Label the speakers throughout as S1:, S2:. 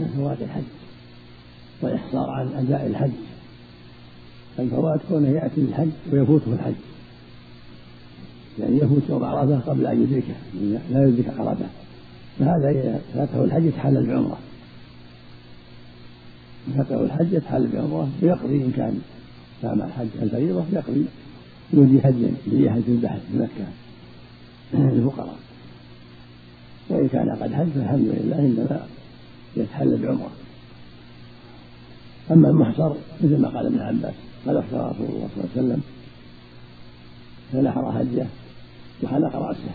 S1: من فوات الحج والإحصار عن أداء الحج. الفوات كونه يأتي الحج ويفوته الحج، يعني يفوت يوم عرفة قبل أن يدركه، لا يدرك عرفة، فهذا إذا فاته الحج يتحلل بعمرة، فاته الحج يتحلل بعمرة ويقضي إن كان مع الحج الفريضة، يقضي يودي حجا ليحج البحر في مكة للفقراء، وإن كان قد حج فالحمد لله إنما يتحلل بعمرة. أما المحصر مثل ما قال ابن عباس قال احصر رسول الله صلى الله عليه وسلم فنحر حجه وحلق رأسه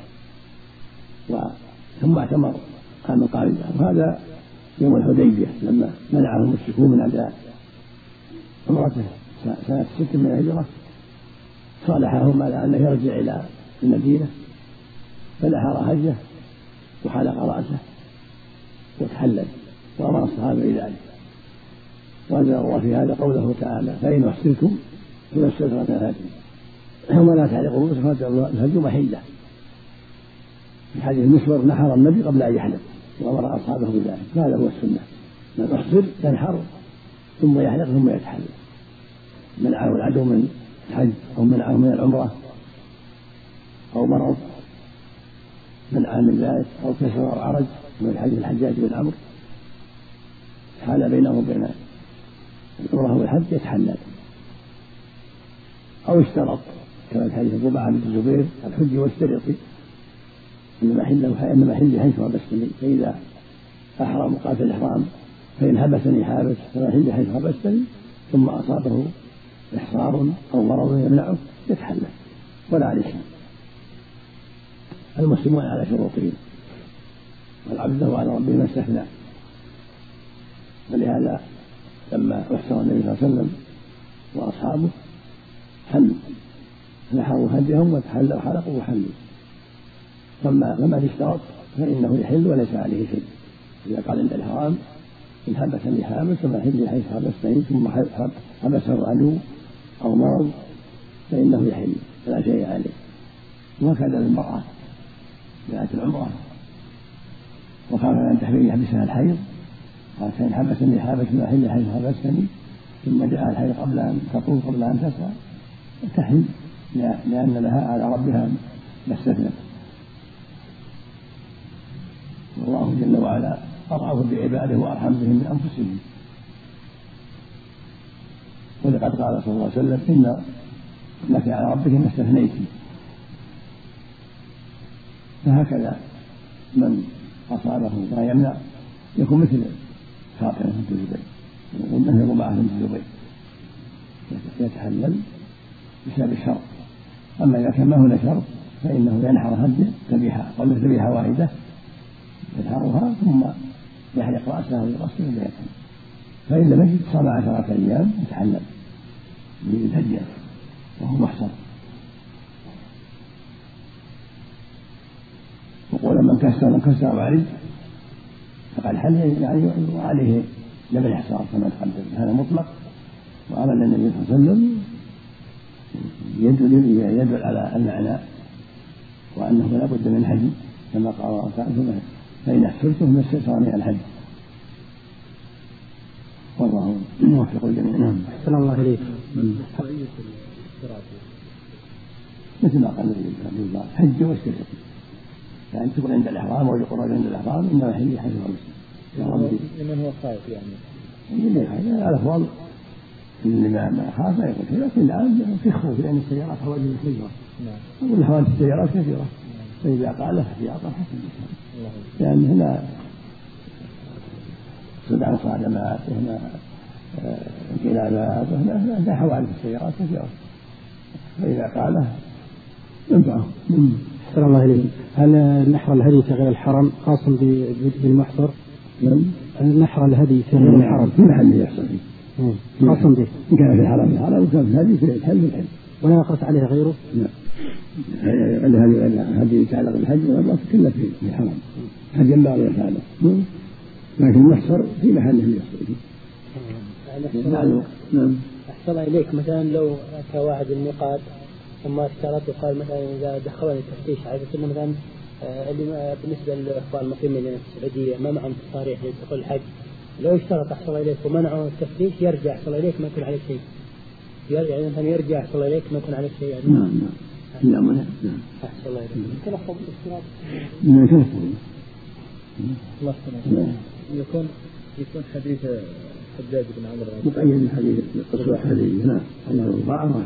S1: ثم اعتمر عام القاربة، وهذا يوم الحديبية لما منعه المشركون من أداء عمرته سنة 6 من الهجرة، صالحهم على أنه يرجع إلى المدينة فنحر حجه وحلق رأسه وتحلل وأمر الصحابة بذلك. وأنزل الله في هذا قوله تعالى فإن أحسنتم فما استيسر من الهدي ولا تحلقوا رؤوسكم حتى الهدي محلة. في حديث المسور نحر النبي قبل أن يحلق وأمر أصحابه بذلك، هذا هو السنة، من أحصر ينحر ثم يحلق ثم يتحلل. منعه العدو من الحج أو منعه من العمرة أو مرض منعه من ذلك أو كسر أو عرج من حديث الحجاج بن عمرو حال بينه وبين العمرة والحج يتحلل، أو اشترط كما في حديث الرباعة بن الزبير الحج واشترطي إنما حل حيث حبستني، فإذا أحرم قال في الإحرام فإن حبسني حابس فما حل حيث حبستني، ثم أصابه إحصار أو مرض يمنعه يتحلل ولا عليه شيء. المسلمون على شروطهم والعبد له على ربه ما استثنى، ولهذا لما أحصر النبي صلى الله عليه وسلم وأصحابه حلوا نحروا هديهم وتحلوا حلقوا وحلوا، فما اشترط فإنه يحل وليس عليه شيء. إذا قال عند الحرام إن حبسني حابس فما حل حيث حبستني ثم حبسه العدو أو مرض فإنه يحل فلا شيء عليه. وهكذا للمرأة جاءت العمرة وخاف أن تحبسني يحبسها الحيض قال فإن حبسني حابس فما حل حيث حبستني، ثم جاء الحيض قبل أن تطوف قبل أن تسعى تحل لأن لها على ربها ما استثنت. والله جل وعلا أرأف بعباده وأرحم بهم من أنفسهم، ولقد قال صلى الله عليه وسلم إن لك على ربك ما استثنيت. فهكذا من أصابه ما يمنع يكون مثل فاطمة بنت الزبير ومثل رباعة بنت الزبير يتحلل بسبب الشرط. أما إذا كان ما هو شرط فإنه ينحر هديه ذبيحة واحدة ينحرها ثم يحلق رأسه ويغسل بيته، فإن لم يجد صام 10 أيام يتحلل بالهدي وهو محصر. وقول من كسر وعرج فقد حل يعني وعليه دم الإحصار كما تقدم، هذا مطلق. وأمر النبي صلى الله عليه وسلم يدل على المعنى وأنه لا بد من هدي كما قال الله تعالى فإن أحسنتم فما استيسر من الهدي. والله موفق الجميع.
S2: أحسن الله إليك.
S1: مثل ما قال النبي حج واشترط، يعني تقول عند الإحرام والقرآن عند الإحرام إنما حل حيث حبستني.
S2: لمن هو خائف
S1: يعني على أفضل اللي ما خاف يقول كذا، لكن الآن في خوف لأن السيارات حوادث كثيرة. أقول حوادث السيارات كثيرة، فإذا قال احتياطا حسن، لأن هنا صدع صادمات هنا انقلابات هنا حوادث السيارات كثيرة، فإذا قاله ينفعه.
S2: أحسن الله إليك. هل نحر الهدي في غير الحرم خاص بالمحصر؟ نحر الهدي في غير الحرم
S1: في محل يحصل فيه
S2: خاص به،
S1: إن كان في الحرم وكان في الهدي في الحل
S2: ولا يقص عليه غيره؟
S1: لا، الهدي يتعلق بالحج والعمرة كله في الحرم حج الله ويفعله، لكن المحصر في محله يحصل فيه.
S2: أحسن إليك. مثلا لو أتى واحد الميقات ثم اشترط وقال مثلا إذا دخلني التفتيش عرفت أنه مثلا اللي بالنسبة للإخوان المقيمين في السعودية ما معهم تصاريح لدخول الحج لو اشترط أحسن إليك ومنعه التفتيش يرجع أحسن إليك ما يكون عليك شيء، يعني مثلا يرجع أحسن إليك ما يكون عليك شيء يعني.
S1: نعم لا منع.
S2: أحسن الله إليك. تلفظ الاشتراط.
S1: الله
S2: يكون حديث حجاج بن عمرو
S1: مقيد بحديث قصة الحديث. نعم الله.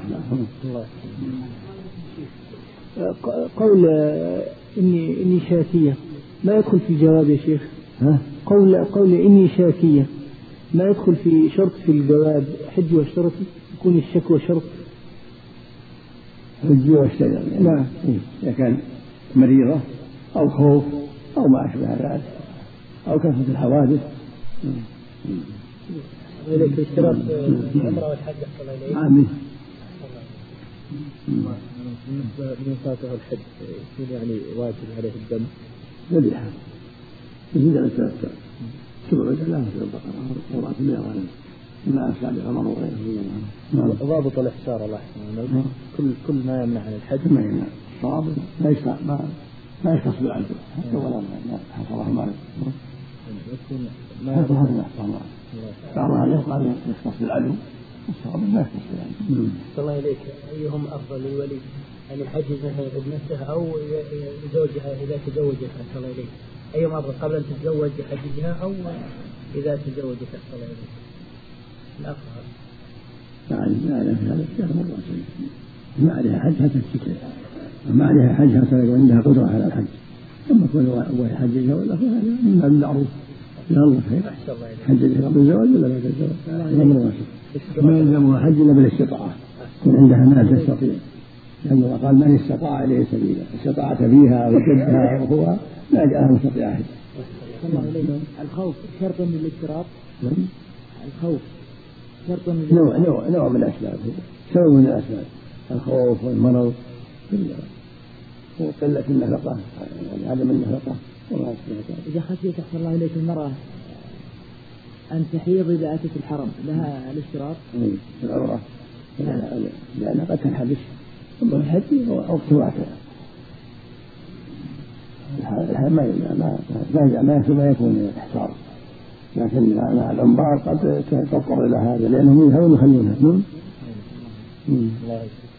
S2: قول إني شاكية ما يدخل في الجواب يا شيخ. قول إني شاكية ما يدخل في شرط في الجواب. حج واشترط يكون الشك وشرط.
S1: حج واشترط لا إذا كان مريضة أو خوف أو ما أشبه ذلك أو كثرة الحوادث.
S2: إليك اشتراط العمرة والحج صلى الله عليه وسلم.
S1: آمين.
S2: من فاته الحج يكون يعني واجب عليه الدم.
S1: ذبيحة يزيد على 3 سبع لا في البقرة ورأس البيضان ما أفعل عمر وغيره.
S2: ضابط الاحتار الله يحفظه كل ما يمنع عن الحج
S1: ما يمنع ضابط ما يختص بالعدو حتى ولا ما حصله مالك ما يحصل الله بعضها يقال يختص بالعدو الصواب ما يختص بالعدو.
S2: الله إليك أيهم أفضل للولي أن يحجز مثلا ابنته أو زوجها إذا تزوجت الله إليك أيهم أفضل قبل أن تتزوج يحجزها أو إذا تزوجت الله إليك الأفضل؟
S1: يعني ما عليها في هذا الشهر مرة ما عليها حج حتى تشتري وما عليها حج حتى يكون عندها قدرة على الحج ثم كل أبوها يحجزها ولا فهذا مما بالمعروف لا الله خير حجزها قبل الزواج ولا بعد الزواج أمر واسع ما يلزمها حج إلا بالاستطاعة يكون عندها مال تستطيع لأن الله قال من استطاع إليه سبيلا استطاعت فيها وجدها وهو لا جاءها مستطيع حج.
S2: الخوف شرط من الاشتراط. الخوف شرط من
S1: نوع من الأسباب سبب من الأسباب الخوف والمرض وقلة النفقة يعني عدم النفقة وما أشبه ذلك.
S2: إذا خشيت أحسن الله إليك المرأة أن تحيض إذا أتت الحرم لها الاشتراط؟
S1: العمرة لأنها قد تنحبس ثم الحج أو سواعتها ما يكون من الإحصار لكن مع الأنبار قد تضطر إلى هذا لأنهم يخلونها.